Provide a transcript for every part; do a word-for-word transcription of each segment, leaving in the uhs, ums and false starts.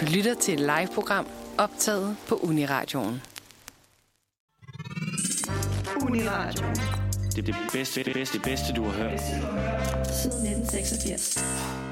Du lytter til et live-program optaget på Uniradioen. Uniradioen. Det er det bedste, det bedste, det bedste, du har hørt. Siden nitten seksogfirs.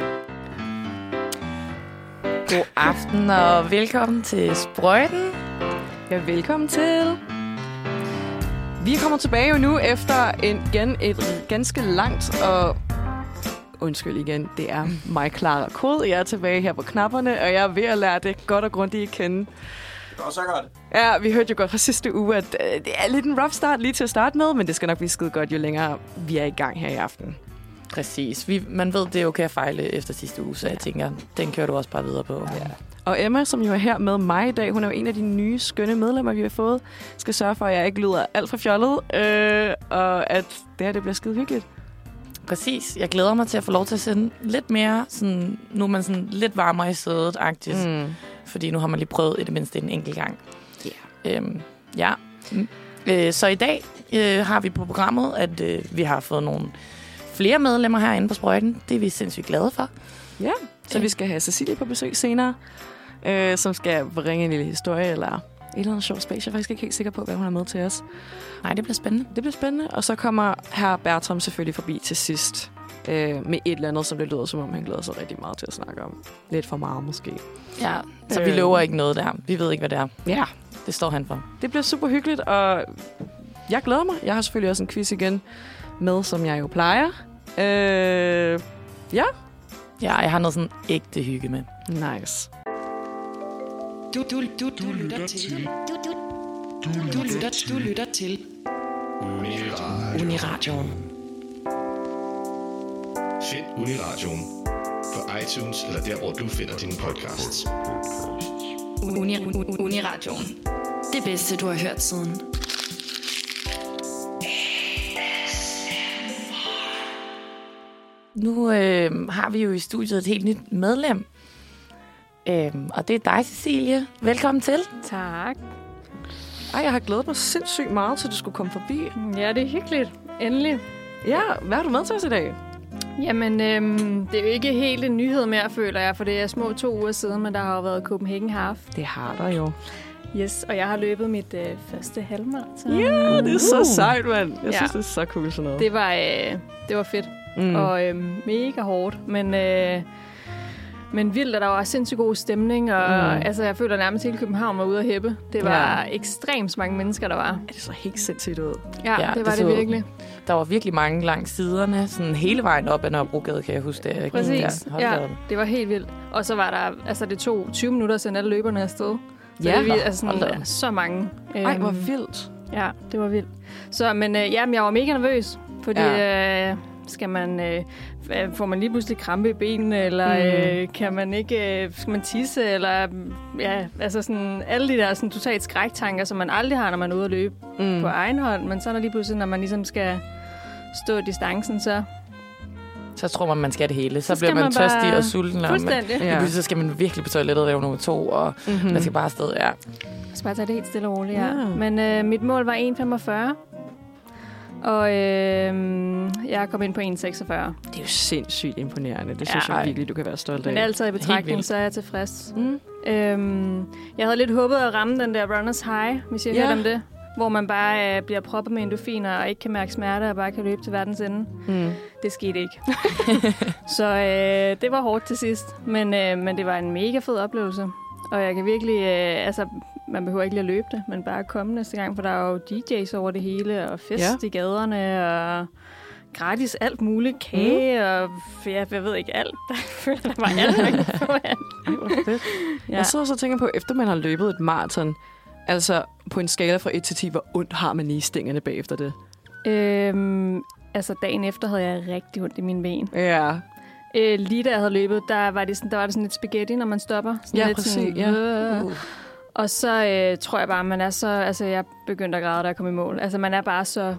God aften og velkommen til Sprøjten. Ja, velkommen til. Vi kommer tilbage jo nu efter en, igen et ganske langt og... Undskyld igen, det er mig, Clara Kod. Jeg er tilbage her på knapperne, og jeg er ved at lære det godt og grundigt at kende. Det går så godt. Ja, vi hørte jo godt fra sidste uge, at øh, det er lidt en rough start lige til at starte med, men det skal nok blive skide godt, jo længere vi er i gang her i aften. Præcis. Vi, man ved, det er okay at fejle efter sidste uge, så jeg tænker, den kører du også bare videre på. Ja. Og Emma, som jo er her med mig i dag, hun er jo en af de nye skønne medlemmer, vi har fået. Skal sørge for, at jeg ikke lyder alt for fjollet, øh, og at det her det bliver skide hyggeligt. Præcis. Jeg glæder mig til at få lov til at sende lidt mere, sådan, nu er man sådan lidt varmere i sædet-agtigt, mm. fordi nu har man lige prøvet i det mindste en enkelt gang. Yeah. Øhm, ja. Mm. Øh, så i dag øh, har vi på programmet, at øh, vi har fået nogle flere medlemmer herinde på Sprøjten. Det er vi sindssygt glade for. Ja, så øh. vi skal have Cecilie på besøg senere, øh, som skal bringe en lille historie, eller et eller andet sjovt space. Jeg er faktisk ikke helt sikker på, hvad hun har med til os. Nej, det bliver spændende. Det bliver spændende. Og så kommer hr. Bertram selvfølgelig forbi til sidst øh, med et eller andet, som det lyder, som om han glæder sig rigtig meget til at snakke om. Lidt for meget måske. Ja, så øh. vi lover ikke noget der. Vi ved ikke, hvad det er. Ja. Det står han for. Det bliver super hyggeligt, og jeg glæder mig. Jeg har selvfølgelig også en quiz igen med, som jeg jo plejer. Øh, ja. Ja, jeg har noget sådan ægte hygge med. Nice. Du, du, du, du lytter til. Du, du, du, du, lytter, du lytter til. Uniradioen. Uniradioen. Find Uniradioen på iTunes eller der, hvor du finder dine podcasts. Uni, uni, Uniradioen. Det bedste, du har hørt siden. Nu øh, har vi jo i studiet et helt nyt medlem. Øhm, og det er dig, Cecilie. Velkommen til. Tak. Ej, jeg har glædet mig sindssygt meget til, at du skulle komme forbi. Ja, det er hyggeligt. Endelig. Ja, hvad har du med til os i dag? Jamen, øhm, det er jo ikke helt en nyhed mere, føler jeg, for det er små to uger siden, men der har jo været Copenhagen Half. Det har der jo. Yes, og jeg har løbet mit øh, første halvmarathon. Ja, yeah, det er så sejt, mand. Jeg Ja. synes, det er så cool sådan noget. Det var, øh, det var fedt mm. og øh, mega hårdt, men... Øh, Men vildt, og der var sindssygt god stemning, og mm. altså, jeg føler nærmest hele København var ude at hæppe. Det var ja. ekstremt mange mennesker, der var. Ja, det så helt sindssygt ud. Ja, ja det var det, så, det virkelig. Der var virkelig mange langs siderne, sådan hele vejen op ad Nørrebrogade, kan jeg huske det. Præcis, ja, ja, det var helt vildt. Og så var der, altså det tog tyve minutter, siden alle løberne afsted. Så ja, det var altså sådan, så mange. Ej, hvor vildt. Ja, det var vildt. Så, men øh, jamen, jeg var mega nervøs, fordi... Ja. Øh, Skal man, øh, får man lige pludselig krampe i benene, eller mm. øh, kan man ikke, øh, skal man tisse, eller ja, altså sådan alle de der sådan totalt skræktanker, som man aldrig har, når man er ude at løbe mm. på egen hånd, men så er der lige pludselig, når man ligesom skal stå distancen, så... Så tror man, man skal det hele. Så, så bliver man, man tørstig bare... og sulten. Fuldstændig. Og man, ja. Så skal man virkelig på toilettet lave nummer to, og mm-hmm. man skal bare afsted, ja. Så bare tage det helt stille og roligt, ja. ja. Men øh, mit mål var en komma femogfyrre. Og øh, jeg kom ind på en komma seksogfyrre. Det er jo sindssygt imponerende. Det synes ja, jeg virkelig, du kan være stolt af. Men altid i betragtning, så er jeg tilfreds. Mm. Øhm, jeg havde lidt håbet at ramme den der runners high, hvis jeg yeah. hørte om det. Hvor man bare øh, bliver proppet med endorfiner og ikke kan mærke smerte og bare kan løbe til verdens ende. Mm. Det skete ikke. Så øh, det var hårdt til sidst. Men, øh, men det var en mega fed oplevelse. Og jeg kan virkelig... Øh, altså, man behøver ikke lige at løbe det, men bare komme næste gang, for der er jo D J's over det hele, og fest ja. i gaderne, og gratis alt muligt, kage, mm. og ja, jeg ved ikke alt. Jeg føler, der var alt, man kunne få af. Ja. Jeg sidder så og tænker på, efter man har løbet et maraton, altså på en skala fra et til ti, hvor ondt har man i stængerne bagefter det? Øhm, altså dagen efter havde jeg rigtig ondt i mine ben. Ja. Øh, lige da jeg havde løbet, der var det sådan, der var det sådan lidt spaghetti, når man stopper. Sådan ja, lidt præcis. Sådan, ja. Uh. Og så øh, tror jeg bare, man er så... Altså, jeg begyndte at græde, da jeg kom i mål. Altså, man er bare så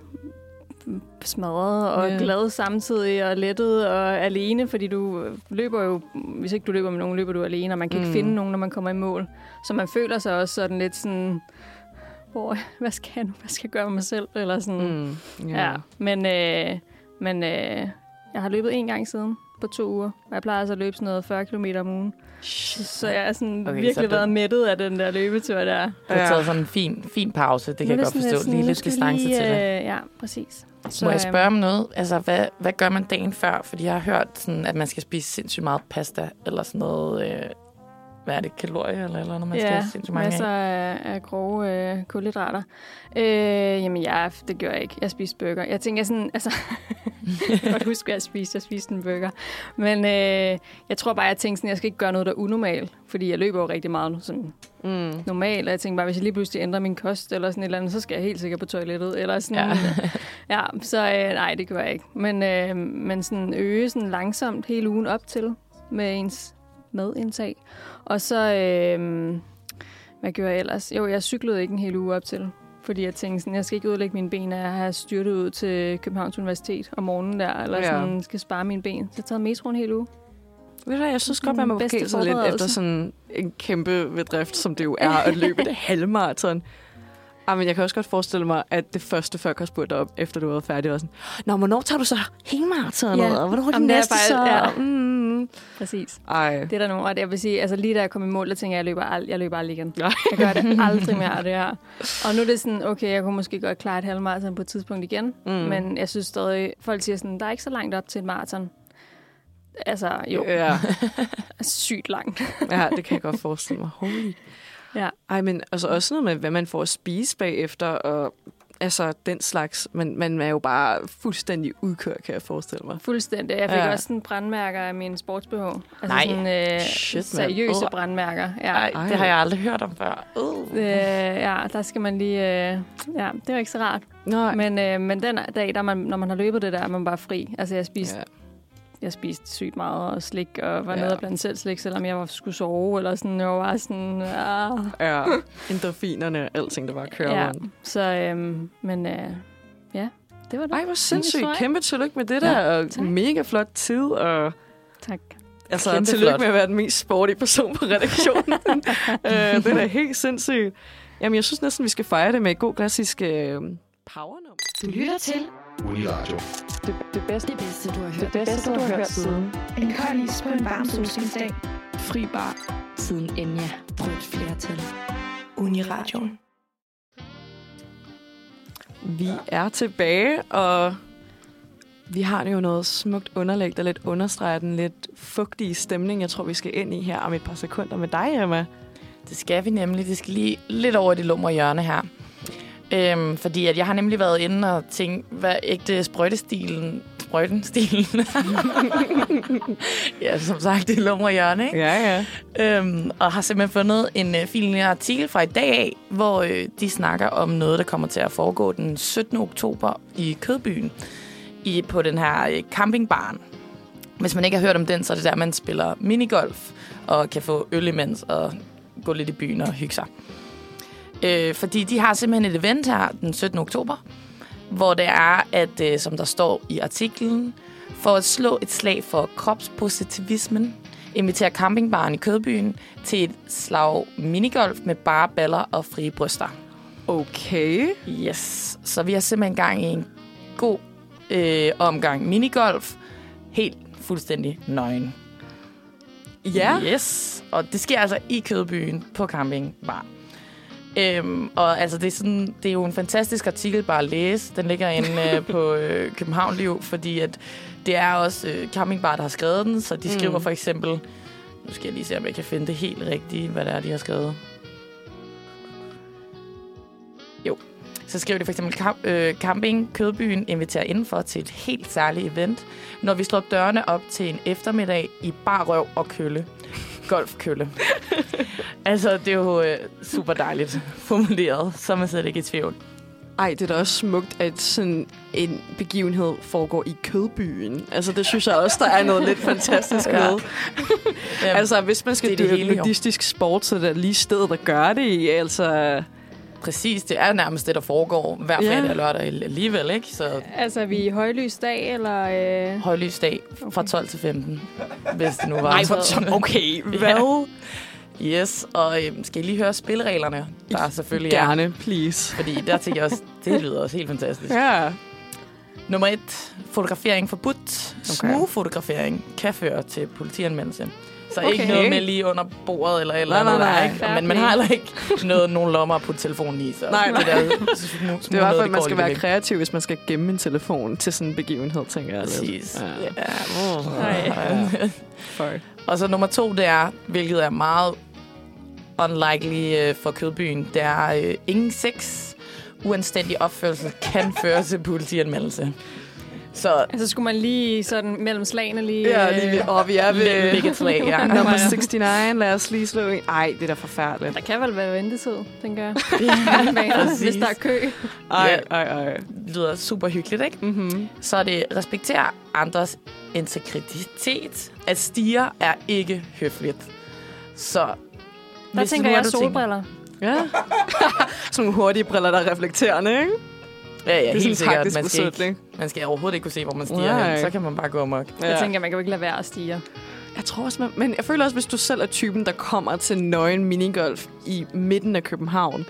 smadret og yeah. glad samtidig, og lettet og alene, fordi du løber jo... Hvis ikke du løber med nogen, løber du alene, og man kan mm. ikke finde nogen, når man kommer i mål. Så man føler sig også sådan lidt sådan... Hvor, hvad skal jeg nu? Hvad skal jeg gøre med mig selv? Eller sådan... Mm. Yeah. Ja, men... Øh, men øh, jeg har løbet en gang siden, på to uger. Og jeg plejer altså at løbe sådan noget fyrre kilometer om ugen. Shit. Så jeg er sådan Okay, virkelig så været mættet af den der løbetur der. Du har taget sådan en fin, fin pause, det kan jeg godt forstå. Sådan, lige lidt distance til det. Øh, ja, præcis. Så, må jeg spørge om noget? Altså, hvad, hvad gør man dagen før? Fordi jeg har hørt, sådan, at man skal spise sindssygt meget pasta, eller sådan noget... Øh, hvad er det, kalorier, eller eller andet, man ja, skal have sindssygt mange masser af? af, af grove øh, kulhydrater. Øh, jamen, ja, det gør jeg ikke. Jeg spiser burger. Jeg tænker sådan, altså... jeg kan godt huske, hvad jeg spiste. Jeg spiste en burger. Men øh, jeg tror bare, jeg tænkte sådan, jeg skal ikke gøre noget, der er unormalt. Fordi jeg løber jo rigtig meget sådan mm. normalt. Og jeg tænkte bare, hvis jeg lige pludselig ændrer min kost, eller sådan et eller andet, så skal jeg helt sikkert på toilettet. Eller sådan, ja. ja, så øh, nej, det gør jeg ikke. Men, øh, men sådan øge sådan langsomt hele ugen op til med ens madindtag. Og så, øh, hvad gør jeg ellers? Jo, jeg cyklede ikke en hel uge op til, fordi jeg tænkte sådan, jeg skal ikke udlægge mine ben, at jeg har styrtet ud til Københavns Universitet om morgenen der, eller ja. sådan, skal spare mine ben. Så jeg har taget metro en hel uge. Ved du, jeg synes godt, man må måske så lidt efter sådan en kæmpe bedrift, som det jo er at løbe det halvmarathon. Ah, men jeg kan også godt forestille mig, at det første folk har spurgt dig op, efter du har været færdig, var sådan, nå, hvornår tager du så hele maratonet? Ja. Og hvornår er det næste faktisk, så? Ja. Mm. Præcis. Ej. Det er der nogle, og jeg vil sige, altså lige da jeg kom i mål, der tænker jeg, jeg løber, ald- jeg løber aldrig igen. Nej. Jeg gør det aldrig mere, det her. Og nu er det sådan, okay, jeg kunne måske godt klare et halvmarathon på et tidspunkt igen, mm. men jeg synes stadig, folk siger sådan, der er ikke så langt op til et maraton. Altså, jo. Ja. Sygt langt. Ja, det kan jeg godt forestille mig. Holy. Ja. Ej, men altså også noget med, hvad man får at spise bagefter, og altså den slags. Men man er jo bare fuldstændig udkørt, kan jeg forestille mig. Fuldstændig. Jeg fik ja. også sådan brandmærker af min sports-B H. Altså Nej. sådan øh, Shit, seriøse uh. brandmærker. Ja. Ej, det har jeg aldrig hørt om før. Uh. Øh, ja, der skal man lige... Øh, ja, det var ikke så rart. Nej. Men, øh, men den dag, der man, når man har løbet det der, er man bare fri. Altså, jeg spiste... Ja. Jeg spiste sygt meget og slik, og var ja. nede og blandt selv slik, selvom jeg var, skulle sove, eller sådan. Jeg var sådan, ah. Ja, endorfinerne, alting, der bare kører ja. rundt. Så, øhm, men øh, ja, det var det. Ej, hvor sindssygt. Kæmpe tillykke med det der, ja, og tak. Mega flot tid, og... Tak. Altså, Kæmpe tillykke flot. med at være den mest sportige person på redaktionen. øh, det er da helt sindssygt. Jamen, jeg synes næsten, vi skal fejre det med et god klassisk øh, powernummer. Du lytter til Uniradio. Det, det bedste, det bedste, du har hørt. det bedste, du har hørt siden. En kold is på en varm solskinsdag. Fri bar. Siden Enya. Rødt flertal. Uniradioen. Vi er tilbage, og vi har jo noget smukt underlæg, der lidt understreger den lidt fugtige stemning, jeg tror, vi skal ind i her om et par sekunder med dig, Emma. Det skal vi nemlig. Det skal lige lidt over det lumre hjørne her. Øhm, fordi at jeg har nemlig været inde og tænkt, hvad ægte sprøjtestilen... Sprøjtenstilen? ja, som sagt, det er lumre hjørne, ikke? Ja, ja. Øhm, og har simpelthen fundet en øh, fin lille artikel fra i dag af, hvor øh, de snakker om noget, der kommer til at foregå den syttende oktober i Kødbyen i, på den her øh, campingbarn. Hvis man ikke har hørt om den, så er det der, man spiller minigolf og kan få øl imens og gå lidt i byen og hygge sig. Øh, fordi de har simpelthen et event her den syttende oktober, hvor det er, at øh, som der står i artiklen, for at slå et slag for kropspositivismen, inviterer campingbaren i Kødbyen til et slag minigolf med bare baller og frie bryster. Okay. Yes. Så vi har simpelthen gang i en god øh, omgang minigolf, helt fuldstændig nøgen. Ja. Yes. Og det sker altså i Kødbyen på campingbar. Øhm, og altså, det er, sådan, det er jo en fantastisk artikel bare at læse. Den ligger inde øh, på øh, København Liv, fordi at det er også øh, campingbar, der har skrevet den. Så de skriver mm. for eksempel... Nu skal jeg lige se, om jeg kan finde det helt rigtige, hvad det er, de har skrevet. Jo. Så skriver de for eksempel, camp, øh, Camping Kødbyen inviterer indenfor til et helt særligt event, når vi slår dørene op til en eftermiddag i bar røv og kølle. Golfkølle. Altså, det er jo øh, super dejligt formuleret, så man slet ikke i tvivl. Ej, det er da også smukt, at sådan en begivenhed foregår i Kødbyen. Altså, det synes jeg også, der er noget lidt fantastisk med. Ja. Altså, hvis man skal dyrke nudistisk sport, så er det lige stedet, der gør det i. Altså... Præcis, det er nærmest det, der foregår hver fredag og lørdag alligevel, ikke? Så altså, er vi i højlysdag, eller... Øh... Højlysdag fra tolv til femten, hvis det nu var. Ej, for okay, hvad? Ja. Yes, og øh, skal I lige høre spillereglerne? Der er selvfølgelig Gerne, er. please. Fordi der tænker jeg også, det lyder også helt fantastisk. Ja. Nummer et, fotografering forbudt. Okay. Smugfotografering kan føre til politianmeldelse. Så okay. ikke noget med lige under bordet eller eller nej, andet. nej, nej. Nej. Men man har heller ikke noget, nogen lommer på telefonen i. Så nej, nej. Det, der, små, små det er i hvert fald, at man skal være væk. Kreativ, hvis man skal gemme en telefon til sådan en begivenhed, tænker jeg. Præcis. Ja. Ja. Oh. Ja. Og så nummer to, det er, hvilket er meget unlikely for Kødbyen, det er øh, ingen sex, uanstændig opførsel kan føre til politianmeldelse. Så altså skulle man lige sådan mellem slagene lige... Ja, lige ved, og vi er ved... Ligge et slag, ja. Nummer seksogtres, lad os lige slå ind. Ej, det er da forfærdeligt. Der kan vel være ventetid, tænker jeg. Ja, hvis der er kø. Ej, ej, ej. Det lyder super hyggeligt, ikke? Mm-hmm. Så er det respektere andres integritet. At stige er ikke høfligt. Så... Der tænker jeg solbriller. Ja. Sådan nogle hurtige briller, der er reflekterende, ikke? Ja, ja, det helt sikkert. Man skal, ikke, man skal overhovedet ikke kunne se, hvor man stiger hen. Så kan man bare gå amok. Ja. Jeg tænker, man kan jo ikke lade være at stige. Jeg tror også, man, men jeg føler også, hvis du selv er typen, der kommer til nøgen minigolf i midten af København,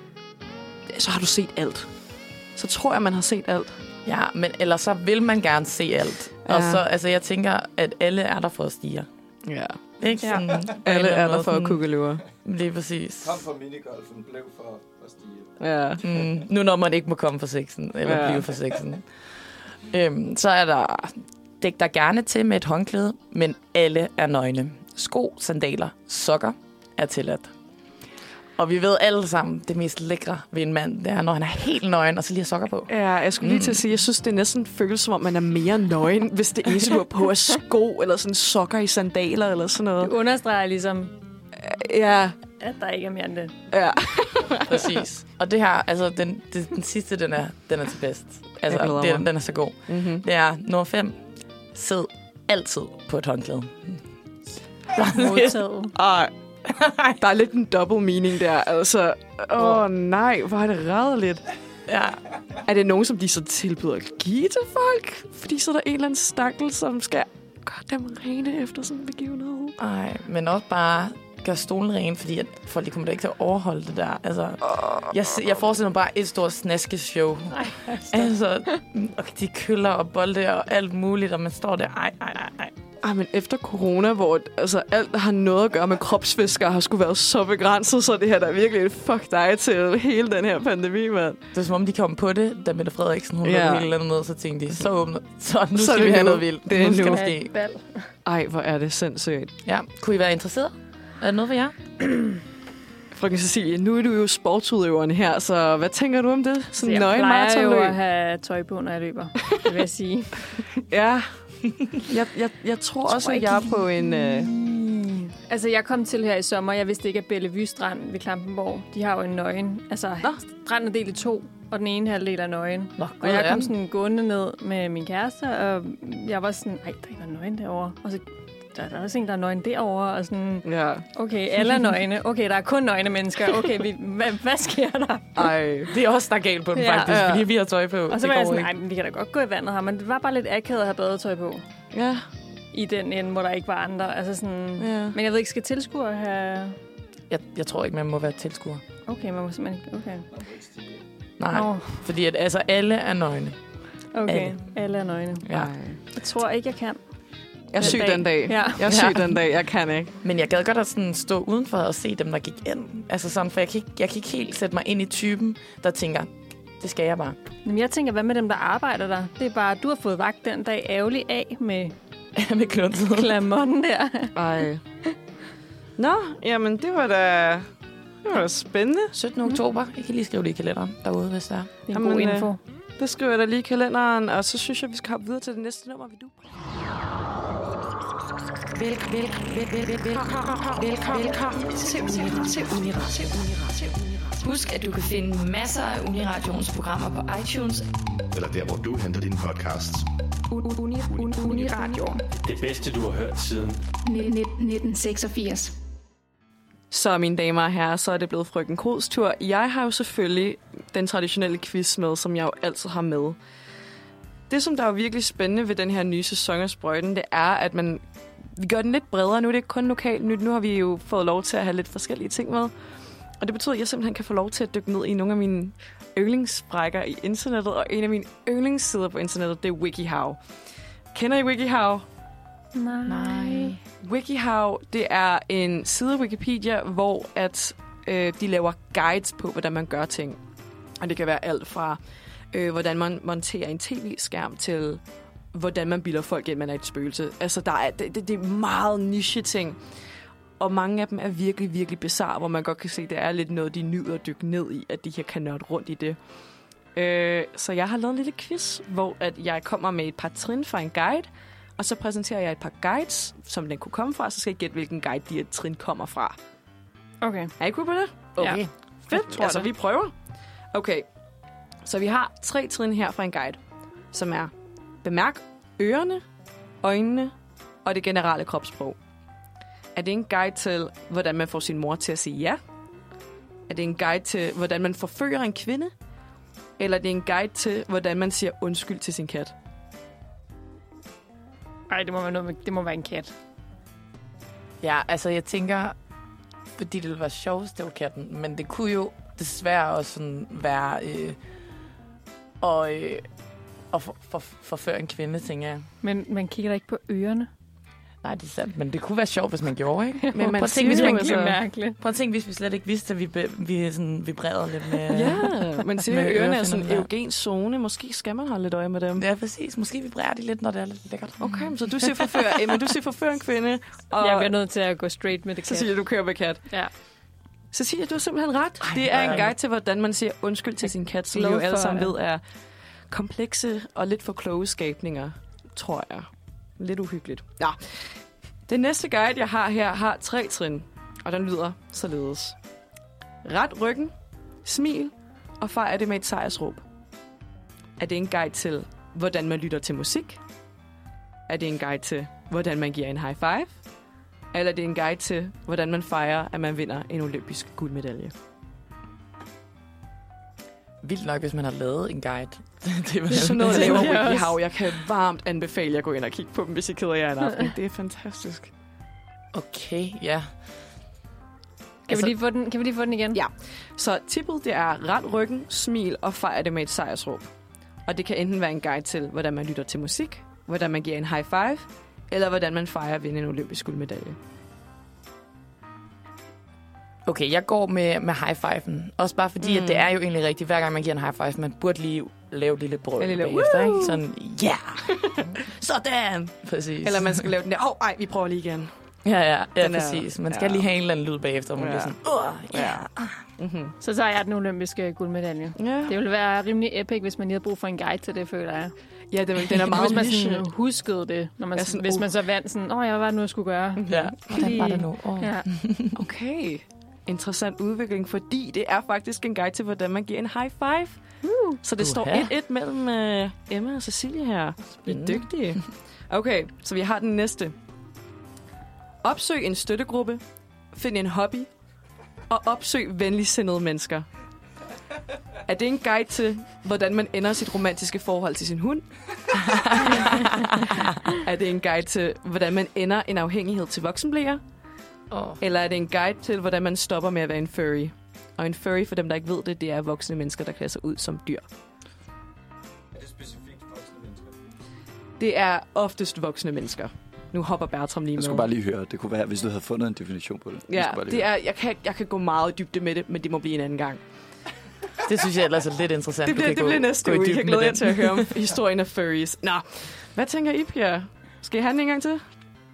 så har du set alt. Så tror jeg, man har set alt. Ja, men ellers så vil man gerne se alt. Ja. Og så, altså, jeg tænker, at alle er der for at stige. Ja. Ikke sådan, ja. Alle er der for at kukkeløver. Lige præcis. Kom for minigolfen, blev for at stige. Ja. Mm, nu når man ikke må komme for sexen, eller ja. blive for sexen. Øhm, så er der, dæk dig gerne til med et håndklæde, men alle er nøgne. Sko, sandaler, sokker er tilladt. Og vi ved alle sammen, det mest lækre ved en mand, det er, når han er helt nøgen, og så lige har sokker på. Ja, jeg skulle lige mm. til at sige, jeg synes, det er næsten føles som om, man er mere nøgen, hvis det eneste, du har på er sko, eller sådan sokker i sandaler, eller sådan noget. Du understreger ligesom, ja. at der ikke er mere end det. Ja. Præcis. Og det her, altså, den, den, den sidste, den er, den er til bedst. Altså, det, den er så god. Mm-hmm. Det er nummer fem. Sid altid på et håndklæde. Modtaget. Ej. Der er lidt en double meaning der. Altså, åh oh, nej, hvor er det rædderligt. Ja. Er det nogen, som de så tilbyder at give til folk? Fordi så er der en eller anden stakkel, som skal gøre dem rene efter sådan en begivenhed. Nej, men også bare gøre stolen ren, fordi at folk de kommer da ikke til at overholde det der. Altså, jeg, jeg forestiller mig bare et stort snaskeshow. Nej, altså, okay, de køller og bolde og alt muligt, og man står der, ej, ej, ej, ej. Ej, men efter corona, hvor altså, alt, der har noget at gøre med kropsfisker, har skulle været så begrænset, så det her der er virkelig et fuck dig til hele den her pandemi, mand. Det er som om, de kom på det, da Mette Frederiksen, hun ja. var hele landet med, så tænkte de, så åbnet. Så nu så skal vi have noget vildt. Det er nu. nu. Skal Ej, hvor er det sindssygt. Ja, kunne I være interesseret? Er det noget for jer? Frøken Cecilie, nu er du jo sportsudøveren her, så hvad tænker du om det? Sådan jeg nøgen plejer jo at have tøj på, når jeg løber, det vil jeg sige. Ja, jeg, jeg, jeg tror jeg også, tror, at jeg er på en... Øh... Altså, jeg kom til her i sommer, jeg vidste ikke, at Bellevue Strand ved Klampenborg, de har jo en nøgen. Altså, Nå. stranden er delt i to, og den ene halvdel er nøgen. Nå, og jeg kom sådan gående ned med min kæreste, og jeg var sådan, ej, der er en nøgen derovre. Og så der er også en, der er nøgen derovre, og sådan, ja. Okay, alle er nøgne. Okay, der er kun nøgne mennesker. Okay, vi, hvad, hvad sker der? Ej, det er også der er galt på den, ja. faktisk, ja. fordi vi har tøj på. Og så det var jeg sådan, nej, vi kan da godt gå i vandet her, men det var bare lidt akavet at have badetøj på. Ja. I den ende, hvor der ikke var andre. Altså sådan, ja. Men jeg ved ikke, skal tilskuere have... Jeg, jeg tror ikke, man må være tilskuer. Okay, man må simpelthen... Okay. Nej, oh. fordi at, altså, alle er nøgne. Okay, alle, alle er nøgne. Ja. Jeg tror ikke, jeg kan. Jeg er syg den dag. Ja. Jeg er syg den dag. Jeg kan ikke. Men jeg gad godt at sådan stå udenfor og se dem, der gik ind. Altså sådan, for jeg kan, ikke, jeg kan ikke helt sætte mig ind i typen, der tænker, det skal jeg bare. Men jeg tænker, hvad med dem, der arbejder der? Det er bare, du har fået vagt den dag ærgerlig af med... med klunset. Klamotten der. Ej. Nå, jamen det var da... Det var da spændende. syttende oktober. Jeg kan lige skrive det i kalenderen derude, hvis der er. Det er en god info. Det skriver jeg da lige i kalenderen, og så synes jeg, vi skal hoppe videre til det næste nummer, vi du. Velkommen til Uniradio. Husk, at du kan finde masser af Uniradions programmer på iTunes. Eller der, hvor du henter dine podcasts. Uniradio. Det bedste, du har hørt siden nitten seksogfirs. Så, mine damer og herrer, så er det blevet frøken Kods tur. Jeg har jo selvfølgelig den traditionelle quiz med, som jeg jo altid har med. Det, som der er virkelig spændende ved den her nye sæson af Sprøjten, det er, at man vi gør den lidt bredere. Nu er det ikke kun lokalt nyt. Nu har vi jo fået lov til at have lidt forskellige ting med. Og det betyder, at jeg simpelthen kan få lov til at dykke ned i nogle af mine yndlingssprækker i internettet. Og en af mine yndlingssider på internettet, det er WikiHow. Kender I WikiHow? Nej. Nej. WikiHow, det er en side af Wikipedia, hvor at, øh, de laver guides på, hvordan man gør ting. Og det kan være alt fra, øh, hvordan man monterer en tv-skærm til, hvordan man bilder folk ind, man er et spøgelse. Altså, der er, det, det er meget niche ting. Og mange af dem er virkelig, virkelig bizarre, hvor man godt kan se, at det er lidt noget, de nyder at dykke ned i, at de her kan nørde rundt i det. Øh, så jeg har lavet en lille quiz, hvor at jeg kommer med et par trin fra en guide, og så præsenterer jeg et par guides, som den kunne komme fra, så skal jeg gætte, hvilken guide de her trin kommer fra. Okay. Er I cool på det? Okay. Ja. Fedt, tror altså, vi prøver. Okay, så vi har tre trin her fra en guide, som er bemærk ørerne, øjnene og det generelle kropssprog. Er det en guide til, hvordan man får sin mor til at sige ja? Er det en guide til, hvordan man forfører en kvinde? Eller er det en guide til, hvordan man siger undskyld til sin kat? Ej, det må være, noget med, det må være en kat. Ja, altså jeg tænker, fordi det ville være sjovt, hvis det var katten, men det kunne jo desværre også sådan være øh, og, øh, og for, for, forføre en kvinde, tænker jeg. Men man kigger da ikke på ørerne. Nej, det er sandt, men det kunne være sjovt, hvis man gjorde, ikke? Men man prøv at siger tænke, hvis jo man, altså- Det er mærkeligt. prøv at tænke, hvis vi slet ikke vidste, at vi, be, vi sådan vibrerede lidt med... Ja, man siger, med at ørerne er sådan en ørefinnerne der. erogen zone. Måske skal man holde lidt øje med dem. Ja, præcis. Måske vibrerer de lidt, når det er lidt lækkert. Okay, så du siger forfør, Emma, du siger forfør en kvinde, og Jeg bliver nødt til at gå straight med det kat. Cecilia, du kører med kat. Ja. Cecilia, du har simpelthen ret. Ej, Det er en nej. guide til, hvordan man siger undskyld til sin kat, som vi glad jo alle for, sammen ja. ved er komplekse og lidt for kloge skabninger, tror jeg. Lidt uhyggeligt. Ja. Den næste guide, jeg har her, har tre trin, og den lyder således. Ret ryggen, smil og fejr det med et sejrsråb. Er det en guide til, hvordan man lytter til musik? Er det en guide til, hvordan man giver en high five? Eller er det en guide til, hvordan man fejrer, at man vinder en olympisk guldmedalje? Vildt nok, hvis man har lavet en guide. det Det er sådan noget, der laver tænker jeg WikiHow. Jeg kan varmt anbefale jer at gå ind og kigge på dem, hvis I keder jer en aften. Det er fantastisk. Okay, ja. Kan, vi lige få den, kan vi lige få den igen? Ja. Så tippet, det er ret ryggen, smil og fejr det med et sejrsråb. Og det kan enten være en guide til, hvordan man lytter til musik, hvordan man giver en high five, eller hvordan man fejrer at vinde en olympisk guldmedalje. Okay, jeg går med, med high-five'en. Også bare fordi, mm. at det er jo egentlig rigtigt, hver gang man giver en high-five, man burde lige lave et lille brød Ja, lille bagefter, woo! ikke? Sådan, ja! Yeah! Sådan! Præcis. Eller man skal lave den der, åh, oh, ej, vi prøver lige igen. Ja, ja, ja Den er- præcis. Man skal ja. lige have en eller anden lyd bagefter, hvor man Ja. bliver sådan, åh, ja. Mm-hmm. Så tager jeg den olympiske guldmedalje. Ja. Det ville være rimelig epic, hvis man lige havde brug for en guide til det, føler jeg. Ja, den, den er meget hvis man niche. sådan huskede det, når man, Ja, ja, sådan, hvis uh. man så vandt sådan, åh, ja, hvad var det nu, jeg skulle gøre? Ja, hvordan var det nu? Oh. Ja. Okay. Interessant udvikling, fordi det er faktisk en guide til, hvordan man giver en high five. Uh. Så det står Uha. et et mellem uh, Emma og Cecilia her. Vi er Spændende. dygtige. Okay, så vi har den næste. Opsøg en støttegruppe, find en hobby, og opsøg venligsindede mennesker. Er det en guide til, hvordan man ender sit romantiske forhold til sin hund? Er det en guide til, hvordan man ender en afhængighed til voksenblæer? Oh. Eller er det en guide til, hvordan man stopper med at være en furry? Og en furry, for dem, der ikke ved det, det er voksne mennesker, der klæder sig ud som dyr. Er det specifikt voksne mennesker? Det er oftest voksne mennesker. Nu hopper Bertram lige med. Jeg skulle bare lige høre, det kunne være, hvis du havde fundet en definition på det. Jeg Ja, skulle bare lige det høre. er, jeg, kan, jeg kan gå meget i dybde med det, men det må blive en anden gang. Det synes jeg ellers er lidt interessant. Det bliver, Du kan det gå- bliver næste gå i uge. Jeg dybden glæder med jer den. til at høre om historien af furries. Nå, hvad tænker I, Pia? Skal I have den en gang til?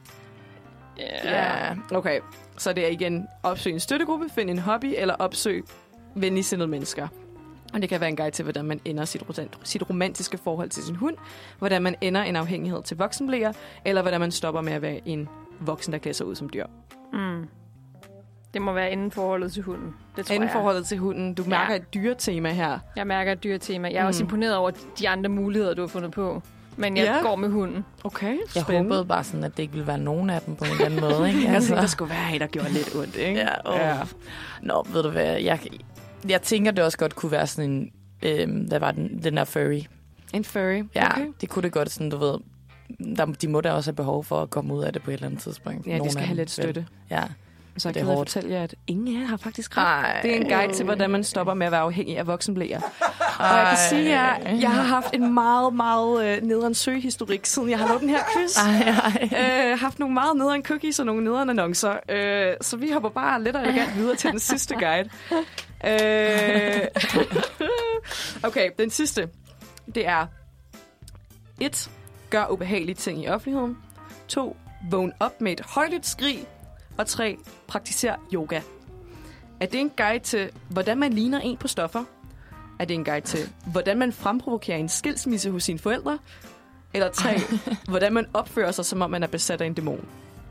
Ja. Okay, så det er igen opsøg en støttegruppe, find en hobby, eller opsøg venligsindede mennesker. Og det kan være en guide til, hvordan man ender sit, sit romantiske forhold til sin hund, hvordan man ender en afhængighed til voksenblæer, eller hvordan man stopper med at være en voksen, der klæder sig ud som dyr. Mm. Det må være inden forholdet til hunden. Det tror Inden jeg. forholdet til hunden. Du mærker Ja. et dyretema her. Jeg mærker et dyretema. Jeg er mm. også Mm. imponeret over de andre muligheder, du har fundet på. Men jeg Ja. går med hunden. Okay, Jeg spændende. håbede bare sådan, at det ikke ville være nogen af dem på en eller anden måde. Ikke? Jeg tænkte, der skulle være en, der gjorde lidt ondt, ikke? Ja, oh. Ja. Nå, ved du hvad, jeg, jeg tænker, det også godt kunne være sådan en, øhm, hvad var den, den der furry. En furry. Ja, Okay. det kunne det godt, sådan du ved, der, de må da også have behov for at komme ud af det på et eller andet tidspunkt. Ja, Nogle det skal af have dem, lidt støtte. vel? Ja, Så Det er kan jeg hårdt. fortælle jer, at ingen af jer har faktisk ret. Ej. Det er en guide til, hvordan man stopper med at være afhængig af voksenblæer. Og jeg kan sige jer, at jeg har haft en meget, meget øh, nederen søgehistorik, siden jeg har lavet den her quiz. Ej, ej. Øh, haft nogle meget nederen cookies og nogle nederen annoncer. Øh, så vi hopper bare lidt og elegant videre til den sidste guide. Øh, okay, den sidste. Det er et. Gør ubehagelige ting i offentligheden. to. Vågn op med et højlydt skrig. Og tre. Praktiser yoga. Er det en guide til, hvordan man ligner en på stoffer? Er det en guide til, hvordan man fremprovokerer en skilsmisse hos sine forældre? Eller tre. Hvordan man opfører sig, som om man er besat af en dæmon?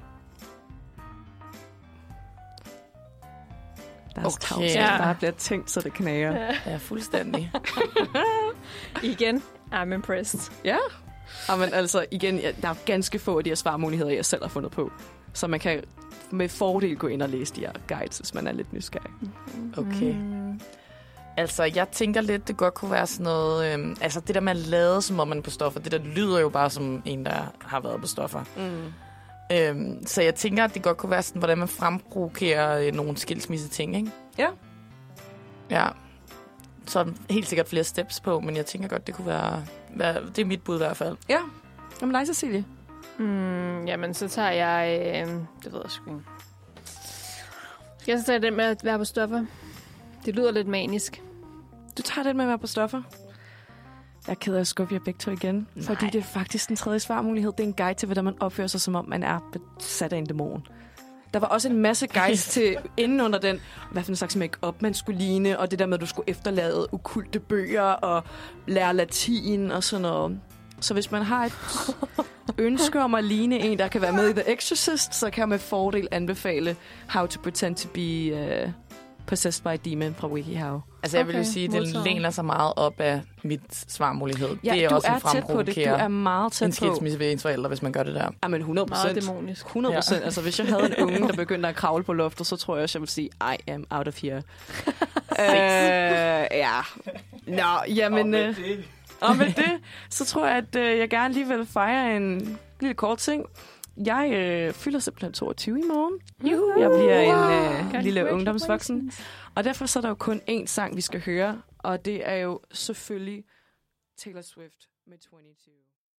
Der er Okay. tavs, Ja. der bliver tænkt, så det knager. Ja, fuldstændig. Igen, I'm impressed. Ja. Men altså, igen, ja, der er ganske få af de her svarmuligheder, jeg selv har fundet på. Så man kan med fordel gå ind og læse de her guides, hvis man er lidt nysgerrig. Okay. Mm. Altså, jeg tænker lidt, det godt kunne være sådan noget... Øhm, altså, det der med at lade, som om man er på stoffer, det der lyder jo bare som en, der har været på stoffer. Mm. Øhm, så jeg tænker, at det godt kunne være sådan, hvordan man fremprovokerer øh, nogle skilsmisse ting, ikke? Ja. Ja. Så er der helt sikkert flere steps på, men jeg tænker godt, det kunne være... være det er mit bud i hvert fald. Ja. Jamen dig, Cecilie. Mm, jamen, så tager jeg... Øh, det ved jeg sgu ikke. Skal jeg så tage den med at være på stoffer? Det lyder lidt manisk. Du tager den med at være på stoffer. Jeg er ked af at skubbe jer begge to igen. Nej. Fordi det er faktisk den tredje svarmulighed. Det er en guide til, hvordan man opfører sig, som om man er besat af en dæmon. Der var også en masse guides til inden under den, hvad for en slags make-up man skulle ligne, og det der med, at du skulle efterlade okulte bøger og lære latin og sådan noget. Så hvis man har et ønske om at ligne en, der kan være med i The Exorcist, så kan jeg med fordel anbefale How to Pretend to Be uh, Possessed by a Demon fra WikiHow. Altså, jeg vil jo Okay, sige, at det modtaget. læner sig meget op af mit svarmulighed. Ja, det er du også er en tæt på det. Du er meget tæt en på. skilsmisse ved ens forældre, hvis man gør det der. Jamen hundrede procent. Meget dæmonisk. hundrede procent. Ja. Altså, hvis jeg havde en unge, der begyndte at kravle på loftet, så tror jeg også, jeg ville sige, I am out of here. øh, ja. Nå, jamen... Øh, og med det, så tror jeg, at øh, jeg gerne lige vil fejre en lille kort ting. Jeg øh, fylder simpelthen toogtyve i morgen. Juhu. Jeg bliver en øh, lille ungdomsvoksen. Og derfor så er der jo kun én sang, vi skal høre. Og det er jo selvfølgelig Taylor Swift med toogtyve.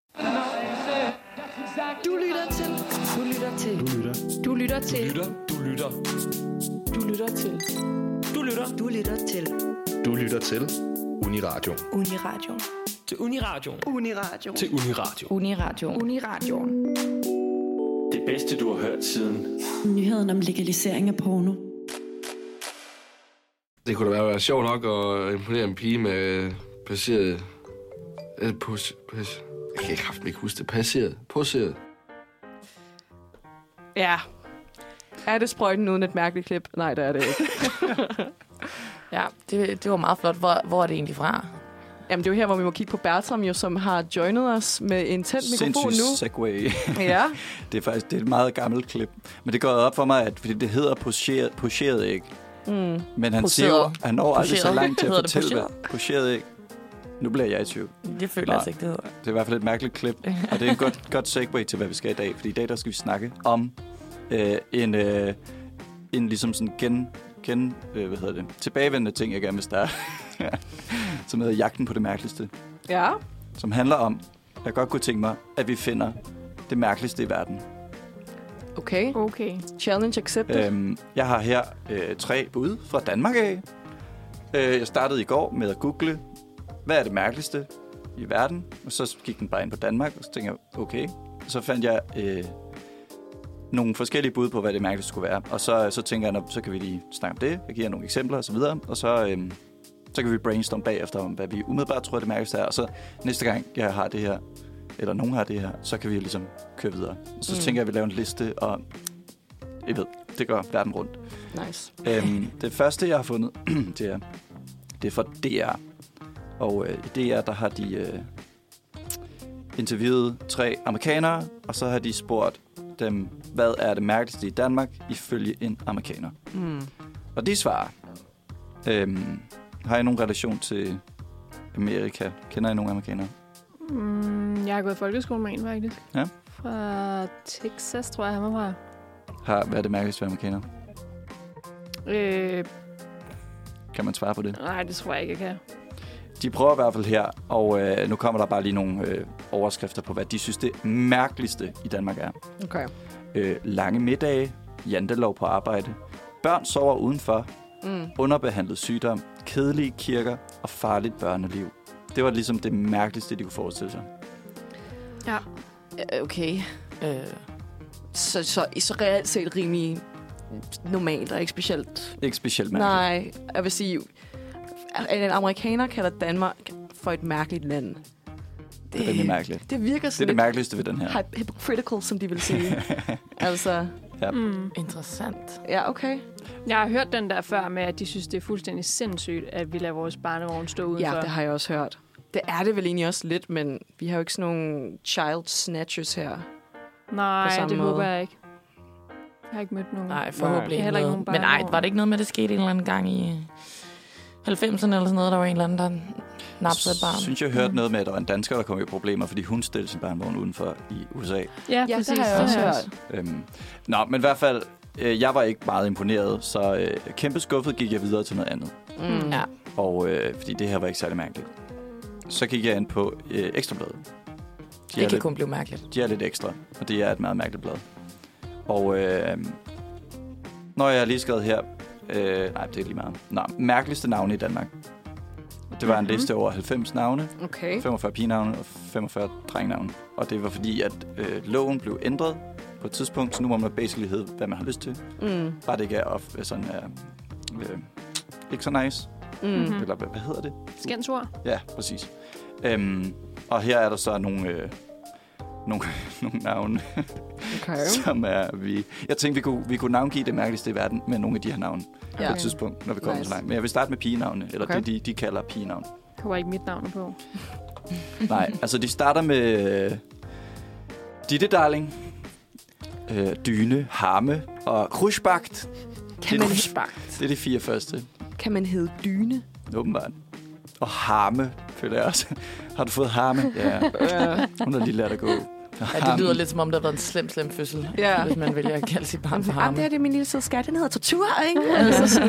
Du lytter til. Du lytter til. Du lytter. Du lytter til. Lytter. Du lytter. Du lytter til. Du lytter. Du lytter til. Du lytter til Uniradio. Uniradio. Til Uniradio. Uniradio. Til Uniradio. Uniradio. Uniradio. Det bedste, du har hørt siden. Nyheden om legalisering af porno. Det kunne da være, være sjovt nok at imponere en pige med passeret... Øh, pos, pas, jeg kan ikke kraften ikke huske det. Passeret. Poseret. Ja. Er det sprøjten uden et mærkeligt klip? Nej, det er det ikke. Ja, det, det var meget flot. Hvor, hvor er det egentlig fra? Jamen, det er jo her, hvor vi må kigge på Bertram, jo, som har joinet os med en tændt mikrofon Sindssygt nu. segway. Ja. Det er faktisk det er et meget gammelt klip. Men det går op for mig, at fordi det hedder pocheret, pocheret æg. Mm. Men han Poseret. siger jo, han når aldrig så Pocheret. langt til at Hedder det fortælle, pocheret? hvad pocheret æg. Nu bliver jeg i tvivl. Det føler Nej. jeg altså ikke, det hedder. Det er i hvert fald et mærkeligt klip. Og det er en godt, godt segway til, hvad vi skal i dag. Fordi i dag, der skal vi snakke om øh, en, øh, en ligesom sådan gen... gen øh, hvad hedder det? Tilbagevendende ting, jeg gerne vil starte. Som hedder Jagten på det mærkeligste. Ja. Som handler om, jeg godt kunne tænke mig, at vi finder det mærkeligste i verden. Okay. Okay. Challenge accepted. Øhm, jeg har her øh, tre bud fra Danmark af. Øh, jeg startede i går med at google, hvad er det mærkeligste i verden? Og så gik den bare ind på Danmark, og så tænkte jeg, okay. Og så fandt jeg øh, nogle forskellige bud på, hvad det mærkeligste skulle være. Og så, så tænker jeg, så kan vi lige snakke om det. Jeg giver nogle eksempler og så videre. Og så, øh, så kan vi brainstorme bagefter om, hvad vi umiddelbart tror, det mærkeligste er. Og så næste gang, jeg har det her, eller nogen har det her, så kan vi ligesom køre videre. Og så mm. tænker jeg, at vi laver en liste, og jeg ved, det går verden rundt. Nice. Øhm, det første, jeg har fundet, det er, det er fra D R. Og øh, i D R, der har de øh, interviewet tre amerikanere, og så har de spurgt dem, hvad er det mærkeligste i Danmark, ifølge en amerikaner. Mm. Og de svarer, øhm, har I nogen relation til Amerika? Kender I nogen amerikanere? Mm, jeg har gået i folkeskole med en, faktisk. Ja. Fra Texas, tror jeg, han var fra. Har, hvad er det mærkeligste ved amerikanere? Øh, Kan man svare på det? nej, det tror jeg ikke, jeg kan. De prøver i hvert fald her, og øh, nu kommer der bare lige nogle øh, overskrifter på, hvad de synes det mærkeligste i Danmark er. Okay. Øh, lange middage, jantelov på arbejde, børn sover udenfor, mm. underbehandlet sygdom, kedelige kirker og farligt børneliv. Det var ligesom det mærkeligste, de kunne forestille sig. Ja. Okay. Øh. Så, så, så reelt set rimelig normalt og ikke specielt... Ikke specielt mærkeligt. Nej, jeg vil sige... En amerikaner kalder Danmark for et mærkeligt land. Det er rimelig mærkeligt. Det virker sådan det er det mærkeligste ved den her. Hypocritical, som de vil sige. altså... Ja. Mm. Interessant. Ja, okay. Jeg har hørt den der før med, at de synes, det er fuldstændig sindssygt, at vi lader vores barnevogn stå udenfor. Ja, det har jeg også hørt. Det er det vel egentlig også lidt, men vi har jo ikke sådan nogle child snatchers her. Nej, det måde. håber jeg ikke. Jeg har ikke mødt nogen. Nej, forhåbentlig ikke noget. noget. Men ej, var det ikke noget med, at det skete en eller anden gang i halvfemserne eller sådan noget, der var en eller anden, der napsede et barn? Jeg synes, jeg hørte mm. noget med, at der var en dansker, der kom i problemer, fordi hun stillede sin barnevogn udenfor i U S A. Ja, ja præcis. Det har jeg også hørt. Øhm, nå, men i hvert fald, øh, jeg var ikke meget imponeret, så øh, kæmpe skuffet gik jeg videre til noget andet. Mm. Ja. Og øh, fordi det her var ikke særlig mærkeligt. Så gik jeg ind på øh, Ekstrabladet. De det kan lidt, kun blive mærkeligt. De er lidt ekstra, og det er et meget mærkeligt blad. Og øh, når jeg har lige skrevet her, øh, nej, det er lige meget. Nå, mærkeligste navne i Danmark. Det var en mm-hmm. liste over halvfems navne, okay. femogfyrre pigenavne og femogfyrre drengenavne. Og det var fordi, at øh, loven blev ændret på et tidspunkt, så nu må man basically hedde, hvad man har lyst til. Mm. Bare det ikke er off, sådan, øh, øh, ikke så nice. Mm-hmm. Eller hvad, hvad hedder det? Skændsord. Ja, præcis. Øhm, og her er der så nogle, øh, nogle, nogle navne, okay. som er vi... Jeg tænkte, vi kunne, vi kunne navngive det mærkeligste i verden med nogle af de her navne ja. på et tidspunkt, når vi kommer nice. så langt. Men jeg vil starte med pigenavne, eller okay. det, de, de kalder pigenavne. Der var ikke mit navn på. Nej, altså de starter med øh, Ditte Darling, øh, Dyne, Harme og Kruschbagt. Kan det, man... det er de fire første. Kan man hedde Dyne? Åbenbart. Og Harme, føler jeg også. Har du fået Harme? Ja. Hun har lige lært at gå. Ja, det lyder lidt som om, der har været en slem, slem fødsel, ja. hvis man vælger at kalde sit barn for Harme. Det er det min lille søde skat. Den hedder Tortur, ikke? altså sådan.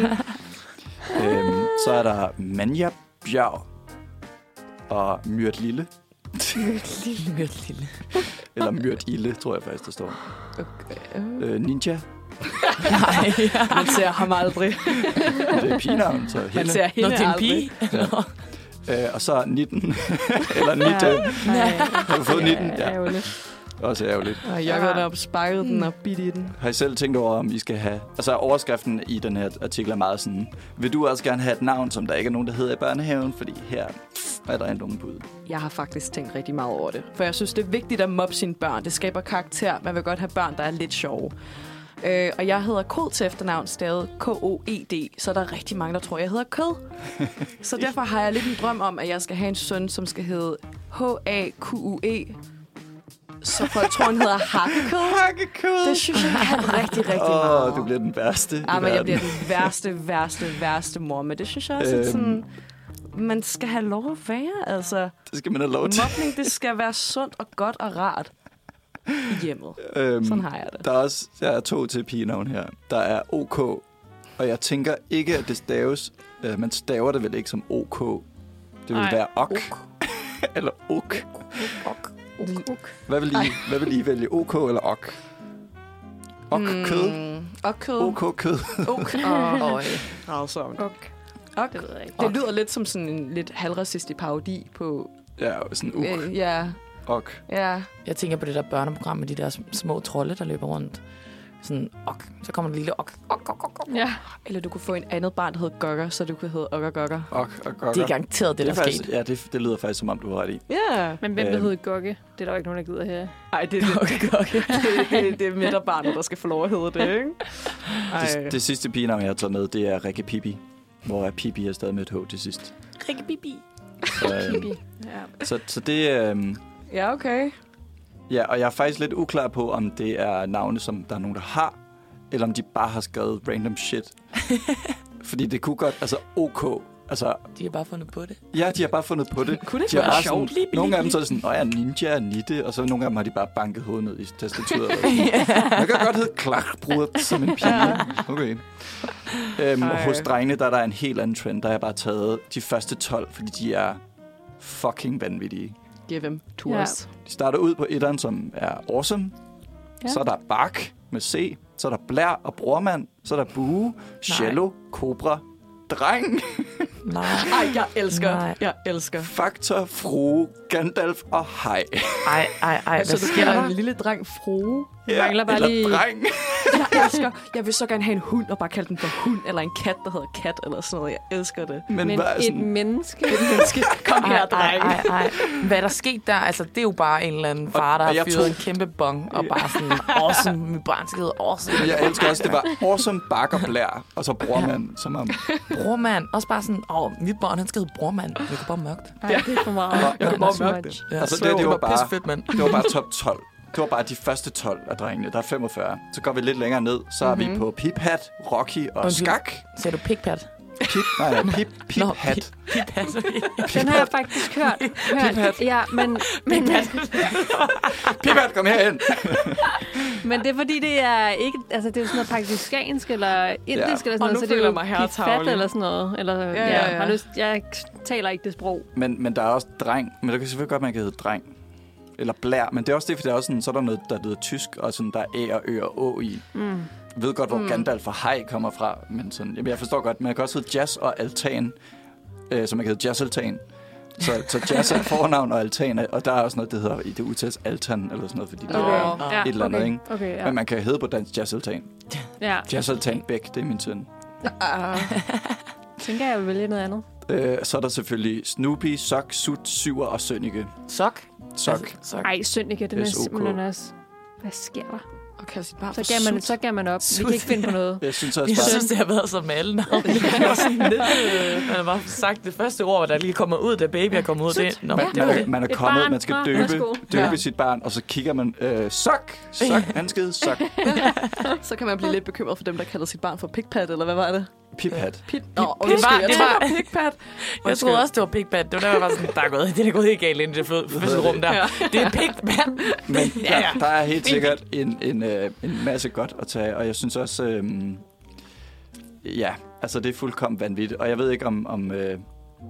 øhm, så er der Manja Bjerg og Myrt Lille. Myrt Lille. Myrt Lille. Eller Myrt Ille, tror jeg faktisk, der står. Okay. Øh, Ninja. Nej, man ser ham aldrig. Det er pigenavn, så man ser hende Nå, det er en pige. Ja. Øh, og så nitten. Eller Nitte. Ja. Har du fået nitten? Ja, ja. Også ærgerligt. Og jeg går op, spejlede den og bidt i den. Har I selv tænkt over, om I skal have... Altså, overskriften i den her artikel er meget sådan... Vil du også gerne have et navn, som der ikke er nogen, der hedder i børnehaven? Fordi her er der en dumme bud. Jeg har faktisk tænkt rigtig meget over det. For jeg synes, det er vigtigt at mobbe sine børn. Det skaber karakter. Man vil godt have børn, der er lidt sjove. Øh, og jeg hedder Kod til efternavn, stadig K O E D. Så er der rigtig mange, der tror, jeg hedder Kød. Så derfor har jeg lidt en drøm om, at jeg skal have en søn, som skal hedde H A Q U E. Så folk tror, han hedder Hakkekød. Hakkekød. Det synes jeg kan rigtig, rigtig oh, meget. Åh, du bliver den værste Ja, men jeg bliver den værste, værste, værste mor. Men det synes jeg også, øhm. sådan... Man skal have lov at være, altså. Det skal man have lov til. Mobning, det skal være sundt og godt og rart i hjemmet. Øhm, Sådan har jeg det. Der er også der er to til pigenavn her. Der er O K, og jeg tænker ikke, at det staves... Øh, man staver det vel ikke som O K. Det vil Ej. være Ok. Eller Ok. Ok. Ok. Ok. Hvad vil I, hvad vil I vælge? O K eller Ok? Ok kød? Mm, ok kød. Ok kød. Ok. Åh, altså. Ok. Ok. Det ved jeg ikke. Det lyder lidt som sådan en lidt halvracistisk parodi på... Ja, sådan uk. Øh, ja. Ok. Ja. Jeg tænker på det der børneprogram med de der små trolde, der løber rundt. Sådan, ok. Så kommer der lille ok. Ok, ok, ok. Ja. Eller du kunne få en andet barn, der hedder Gokker, så du kunne hedde Okker Gokker. Ok og Gokker. Det er garanteret det, det der er skete. Ja, det, det lyder faktisk, som om du har ret i. Ja. Yeah. Men hvem der Øhm. hedder Gokke? Det er der jo ikke nogen, der gider her. Ej, det er det, Gokke. det, det, det er midterbarnet, der skal få lov at hedde det, ikke? Det, det sidste pigenavn, jeg har taget med, det er Rikke Pippi. Hvor er Pippi er stadig med et H til sidst. Rikke Pippi. Så, øhm, Ja. så, så det... Øhm, Ja, okay. ja, og jeg er faktisk lidt uklar på, om det er navne, som der er nogen, der har, eller om de bare har skrevet random shit. Fordi det kunne godt... Altså, OK... Altså, de har bare fundet på det. Ja, de har bare fundet på det. Kunne det de være sjovt? Sådan, nogle af dem så er det sådan, åh ja, ninja og nitte, og så nogle af dem har de bare banket hovedet ned i tastaturet. yeah. Jeg kan godt hedde klakbrud som en pige. Okay. øhm, hos drengene, der er der en helt anden trend. Der har jeg bare taget de første tolv, fordi de er fucking vanvittige. Give them to ja. us. De starter ud på etteren, som er awesome. Ja. Så er der Bak med C. Så er der Blær og Brormand. Så er der Bue, Cello, Cobra, Dreng. Nej. Ej, jeg elsker. Nej. Jeg elsker. Faktor, Frue, Gandalf og Hej. Ej, ej, ej. Altså, du sker en lille dreng Frue. Ja, mangler bare eller lige... Dreng. Jeg elsker. Jeg vil så gerne have en hund og bare kalde den for hund, eller en kat, der hedder kat, eller sådan noget. Jeg elsker det. Men, Men et sådan... menneske. Et menneske. Kom her, dreng. Ej, ej, ej. Hvad er der sket der? Altså, det er jo bare en eller anden far, der har fyret tog... en kæmpe bong, og bare sådan, awesome, mit barn skal hedde awesome. Jeg elsker også, det var awesome, Bak og Blær, og så Brormand, ja. som om... Brormand. Også bare sådan, åh, mit barn, han skal hedde Brormand. Det går bare mørkt. Nej, det er for meget. Ja, jeg kan bare mørkt det. Ja, altså, det, det, var bare, fedt, det var bare top tolv. Det var bare de første tolv af drengene. Der er femogfyrre. Så går vi lidt længere ned. Så er mm-hmm. vi på Pip-Hat, Rocky og Undskyld. Skak. Ser du Pip-Pat? Pip, nej, nej, pip, Pip-Hat. Pip-Hat. Den har jeg faktisk hørt. hørt. Pip-Hat. Ja, men... men Pip-Hat, kom herhen. Men det er fordi, det er ikke... Altså, det er jo sådan noget pakistansk eller indisk ja. eller sådan noget. Så det er jo Pip-Fat eller sådan noget. Eller, ja, ja, ja. Har lyst, jeg taler ikke det sprog. Men, men der er også dreng. Men der kan selvfølgelig godt, man kan hedde dreng. Eller Blær. Men det er også det, for det er også sådan, så er der noget, der hedder tysk, og sådan, der er æ og ø og å i. Mm. Jeg ved godt, hvor mm. Gandalf og Hej kommer fra, men sådan, jamen, jeg forstår godt, men jeg kan også hedde Jazz og Altan, øh, som man kan hedde Jazz-Altan. Så, så Jazz er fornavn og Altan, og der er også noget, der hedder, i det udtales Altan, eller sådan noget, fordi det okay. er ja, et eller andet, okay. ikke? Okay, ja. Men man kan hedde på dansk Jazz-Altan. Ja. Jazz-Altan Bæk, det er min søn. Uh. Tænker jeg vil vælge noget andet. Øh, så er der selvfølgelig Snoopy, Sok, Sut, Syver og Sønnike. Sok? Sok. Altså, Ej, Sønnike, den er simpelthen også... Hvad sker der? Okay, sit barn så, gav man, så gav man op. Sut. Vi kan ikke finde på noget. Jeg synes også, jeg synes det har været så malende. Man har bare sagt det første ord, der lige kommer ud, da baby er kommet ud. Det. Nå, man, det man, man er kommet, barn. Man skal døbe, døbe ja. sit barn, og så kigger man, øh, sok, sok, han skal sok. Så kan man blive lidt bekymret for dem, der kalder sit barn for Pip-Pat, eller hvad var det? Pip-Hat. Pip, Nå, Pip, Pip, jeg tror, Pip-Pat. Jeg troede også, det var Pip-Pat. Det var der, jeg var sådan, der er gået, det er gået helt galt ind i det fødselsrum der. Ja. Det er Pip-Pat. Men ja, ja. Der er helt sikkert en, en, øh, en masse godt at tage, og jeg synes også, øh, ja, altså det er fuldkommen vanvittigt. Og jeg ved ikke, om, om, øh,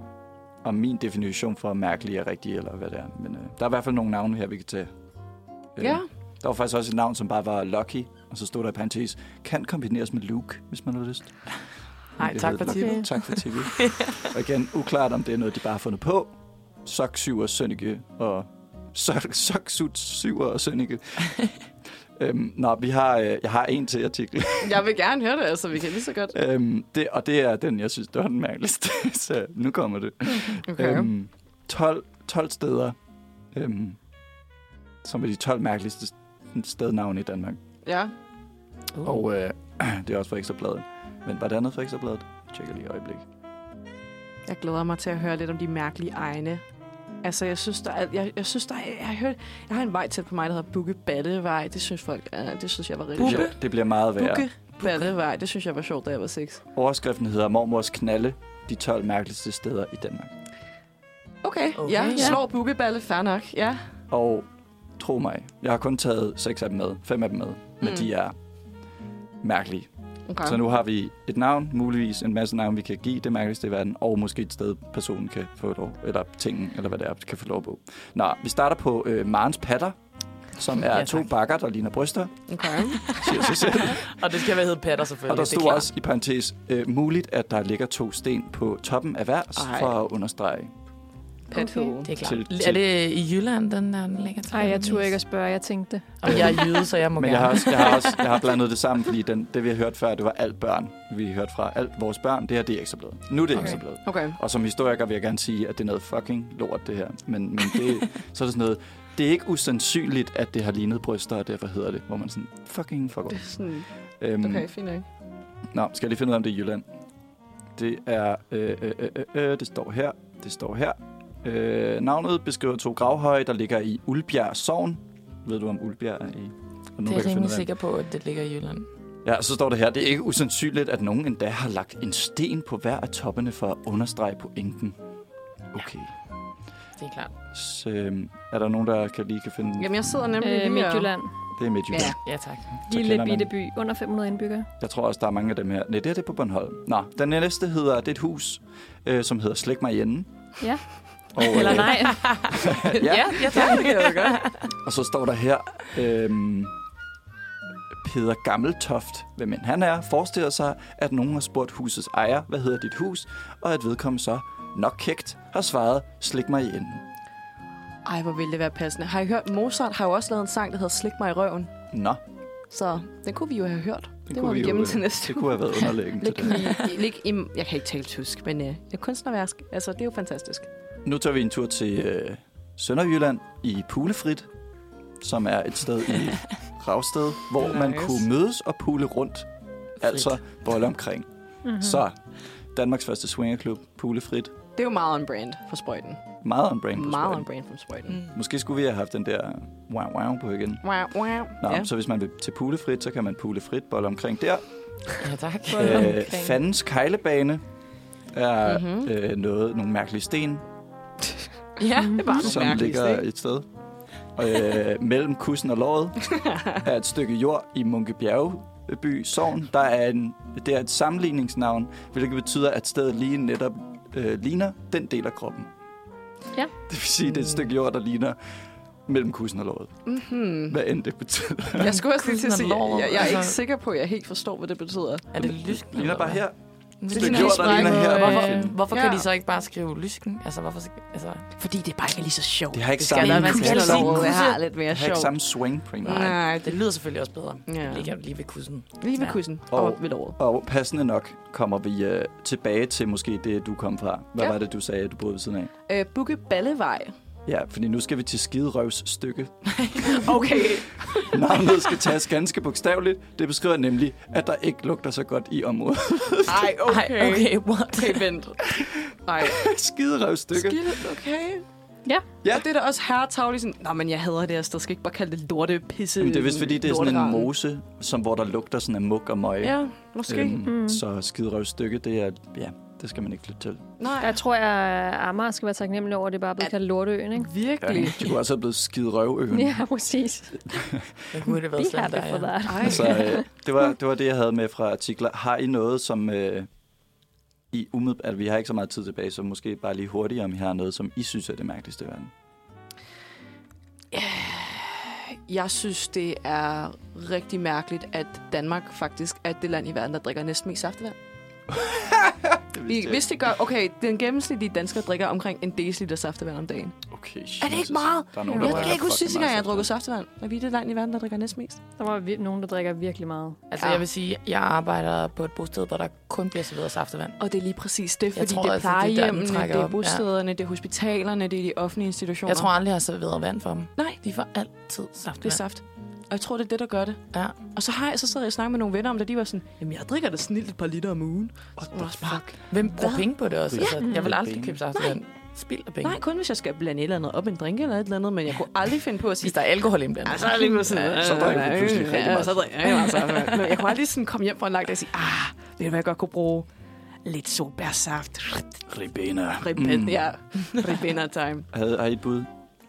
om min definition for mærkelig er rigtig, eller hvad det er. Men øh, der er i hvert fald nogle navne her, vi kan tage. Øh, ja. Der var faktisk også et navn, som bare var Lucky, og så stod der i parentes, kan kombineres med Luke, hvis man har lyst. Nej, tak for tippet. Tak for tippet. Og igen, uklart om det er noget, de bare har fundet på. Sok, Syver, Sønnike og Sok, Sok, Sut, Syver og Sønnike. øhm, nå, vi har, øh, jeg har en til artikel. Jeg vil gerne høre det, altså vi kan lige så godt. øhm, det, og det er den, jeg synes, det var den mærkeligste. Så nu kommer det. Okay. Øhm, tolv, tolv steder, øhm, som er de tolv mærkeligste stednavne i Danmark. Ja. Uh. Og øh, det er også for Ekstrabladet. Men var det andet for Ekstrabladet? Tjekker lige et øjeblik. Jeg glæder mig til at høre lidt om de mærkelige egne. Altså, jeg synes, der er, jeg, jeg synes, der er, jeg har hørt, jeg har en vej tæt på mig, der hedder Bugge-Balle-vej. Det synes folk, ja, det synes jeg var rigtig sjovt. Det, det bliver meget værre. Bugge-Balle-vej, det synes jeg var sjovt, da jeg var seks. Overskriften hedder Mormors Knalde, de tolv mærkeligste steder i Danmark. Okay, okay ja, ja. Slår Bugge-Balle, fair nok, ja. Og tro mig, jeg har kun taget seks af dem med, fem af dem med, men mm. de er mærkelige. Okay. Så nu har vi et navn, muligvis en masse navn, vi kan give det mærkeligste i verden, og måske et sted, personen kan få lov, eller tingen, eller hvad det er, kan få lov på. Nå, vi starter på øh, Marens Patter, som er ja, to bakker, der ligner bryster. Okay. Siger sig selv. Og det skal være hedde patter, selvfølgelig. Og der stod også i parentes, øh, muligt, at der ligger to sten på toppen af hver, for at understrege. Okay. Det er klart. Til, til. Er det i Jylland, den der den ligger til? Nej, jeg turde ikke at spørge, jeg tænkte det. Og jeg er jyde, så jeg må Men gerne. jeg har, også, jeg, har også, jeg har blandet det sammen, fordi den, det vi har hørt før, det var alt børn, vi har hørt fra. Alt vores børn, det her, det er Ekstrabladet. Nu er det okay. Ekstrabladet. Okay. Og som historiker vil jeg gerne sige, at det er noget fucking lort, det her. Men, men det, så er det sådan noget, det er ikke usandsynligt, at det har lignet bryster, og derfor hedder det, hvor man sådan, fucking fuck det er sådan, øhm, okay, fint ikke? Nå, skal jeg lige finde ud af, om det er Jylland? Det er, øh, øh, øh, øh, det står her, det står her. Øh, navnet beskriver to gravhøje, der ligger i Ulbjerg Sogn. Ved du, om Ulbjerg er i? Og det er jeg rimelig sikker på, at det ligger i Jylland. Ja, så står det her. Det er ikke usandsynligt, at nogen endda har lagt en sten på hver af toppene for at understrege pointen. Okay. Det er klart. Så, øh, er der nogen, der kan lige kan finde... Jamen, jeg sidder nemlig øh, lige Midtjylland. Det er Midtjylland. Ja. Ja, tak. Lille bitte by, under fem hundrede indbyggere. Jeg tror også, der er mange af dem her. Nej, det er det på Bornholm. Nå, den næste hedder, det er et hus, øh, som hedder Slik mig i enden. Ja. Og, øh, Eller nej. ja, Ja, ja, tak. Det kan jeg jo godt. og så står der her, øh, Peder Gammeltoft, hvem end han er, forestiller sig, at nogen har spurgt husets ejer, hvad hedder dit hus, og at vedkommende så nok kægt har svaret, slik mig i enden. Ej, hvor ville det være passende. Har I hørt, Mozart har jo også lavet en sang, der hedder Slik mig i røven. Nå, Så den kunne vi jo have hørt. det, Det må vi jo, gemme øh, til næste Det kunne have været underlæggende til Lig det. i, lig i, jeg kan ikke tale tysk, men øh, det kunstnerværk, altså det er jo fantastisk. Nu tager vi en tur til øh, Sønderjylland i Pulefrit, som er et sted i Ravsted, hvor man Nice. kunne mødes og pule rundt. Altså bolle omkring. Mm-hmm. Så, Danmarks første swingerklub, Pulefrit. Det er jo meget on brand for sprøjten. Meget on brand på Meget sprøjten. on brand for sprøjten. Mm. Måske skulle vi have haft den der wow wow på igen. Wow, wow. Nå, Ja. så hvis man vil til Pulefrit, så kan man pule frit bolle omkring der. Ja, tak. Øh, Fandens Kejlebane er Mhm. mm-hmm. øh, noget, nogle mærkelige sten, Ja, Det er bare som nogle mærkelige ligger sten. et sted. Og, øh, mellem kussen og låret er et stykke jord i Munkebjergby Sogn. Der er en, det er et sammenligningsnavn, hvilket betyder, at stedet lige netop øh, ligner den del af kroppen. Ja. Det vil sige, det er et stykke jord, der ligner mellem kussen og låret. Mm-hmm. Hvad end det betyder. Jeg skulle også lige til at sige, Kussen og jeg, jeg er låret, ikke altså. sikker på, at jeg helt forstår, hvad det betyder. Er det lysken? Det ligner bare her. Det stykke ligner jord, ikke der ligner spræk. her. Hvorfor, Ja. hvorfor Ja. kan de så ikke bare skrive lysken? Altså, hvorfor... Altså, Fordi det er bare ikke lige så sjovt. Det har ikke Det skal samme, der, man det skal har sige samme, kusse. Det har lidt mere det har ikke sjovt. samme swing på en måde. Nej, det lyder selvfølgelig også bedre. Ja. Ligger lige ved kussen. Lige ved Ja. kussen Og- og ved låret. Og passende nok kommer vi øh, tilbage til måske det, du kom fra. Hvad Ja. var det, du sagde, at du boede ved siden af? Øh, Bugge Ballevej. Ja, fordi nu skal vi til Skiderøvs stykke. Okay. Navnet skal tages ganske bogstaveligt. Det beskriver nemlig, at der ikke lugter så godt i området. Ej, okay. Ej, okay, what? Okay, vent. Ej. Skiderøvs stykke. Skidt, okay. Ja. Ja. Og det er da også herretagligt sådan, nå, men jeg hader det her sted. Skal ikke bare kalde det lorte pisse. Jamen, det er vist, fordi det er sådan en lorteraren. mose, som, hvor der lugter sådan af mug og møg. Ja, måske. Øhm, Mm. Så Skiderøvs stykke, det er, ja, det skal man ikke flytte til. Nej, Jeg tror, at Amager skal være taknemmelig over, at det bare er blevet kaldt Lorteøen, ikke? Ja, virkelig. det kunne også have blevet Skiderøvøen. Ja, præcis. Det kunne det være Be slemt happy der, for ja. that. Ej. Så øh, det, var, det var det, jeg havde med fra artikler. Har I noget, som... Øh, I umed, at vi har ikke så meget tid tilbage, så måske bare lige hurtigt, om I har noget, som I synes er det mærkeligste i verden. Jeg synes, det er rigtig mærkeligt, at Danmark faktisk er det land i verden, der drikker næsten mest saftevand. I, hvis det gør... Okay, den gennemsnitlige dansker drikker omkring en deciliter saftevand om dagen. Okay, Jesus. Er det ikke meget? Der er nogen, Jeg der kan drikker ikke huske fucking sidste gang, jeg har meget drukket saftevand. Er vi det land i verden, der drikker næsten mest? Der var vir- nogen, der drikker virkelig meget. Altså, Ja. jeg vil sige, jeg arbejder på et bosted, hvor der kun bliver serveret saftevand. Og det er lige præcis det, fordi tror det er altså, det er der, den plejehjemmene, trækker det er op. bostederne, det er hospitalerne, det er de offentlige institutioner. Jeg tror aldrig, jeg har serveret vand for dem. Nej, De får altid saftevand. det er saft. Og jeg tror, det er det, der gør det. Ja. Og så har jeg så sad jeg og snakket med nogle venner om det, de var sådan, jamen jeg drikker da snilt et par liter om ugen. What Og the også bare, fuck? Hvem bruger penge på det også? Ja. Altså, jeg vil aldrig Penge. købe saftevand. Spild af penge. nej, kun hvis jeg skal blande et eller andet op i en drink eller et eller andet, men jeg kunne aldrig finde på at sige, Hvis der er alkohol indblandet. ja, så er det lige pludselig. Ja, så drikker du pludselig rigtig ja, meget. så drikker jeg meget saftevand. Men jeg kunne aldrig sådan komme hjem fra en lang dag og sige, ah, ved du hvad jeg godt kunne bruge? Lidt solbærsaft. Ribena. Ribben, Mm. ja. Ribena time. Har, har I et bud?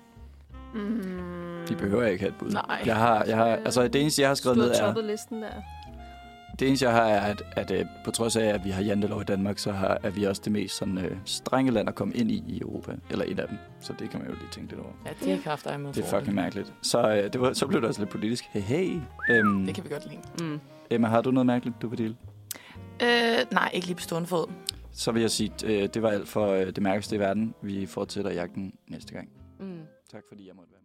Mm. De behøver ikke have et bud. Nej. Jeg har, jeg har, altså det eneste, jeg har skrevet Du ned har er, toppet listen der. det eneste, jeg har, er, at, at, at på trods af, at vi har jantelov i Danmark, så har, er vi også det mest sådan, øh, strenge land at komme ind i i Europa. Eller et af dem. Så det kan man jo lige tænke lidt over. Ja, det er kræfter imod Det er fucking mærkeligt. Så, øh, det var, så blev det også lidt politisk. Hey, hey. Øhm, Det kan vi godt lide. Mm. Emma, har du noget mærkeligt, du vil dele? Øh, nej, ikke lige på stående fod. Så vil jeg sige, øh, det var alt for øh, det mærkeligste i verden. Vi fortsætter jagten næste gang. Mm. Tak fordi jeg måtte være.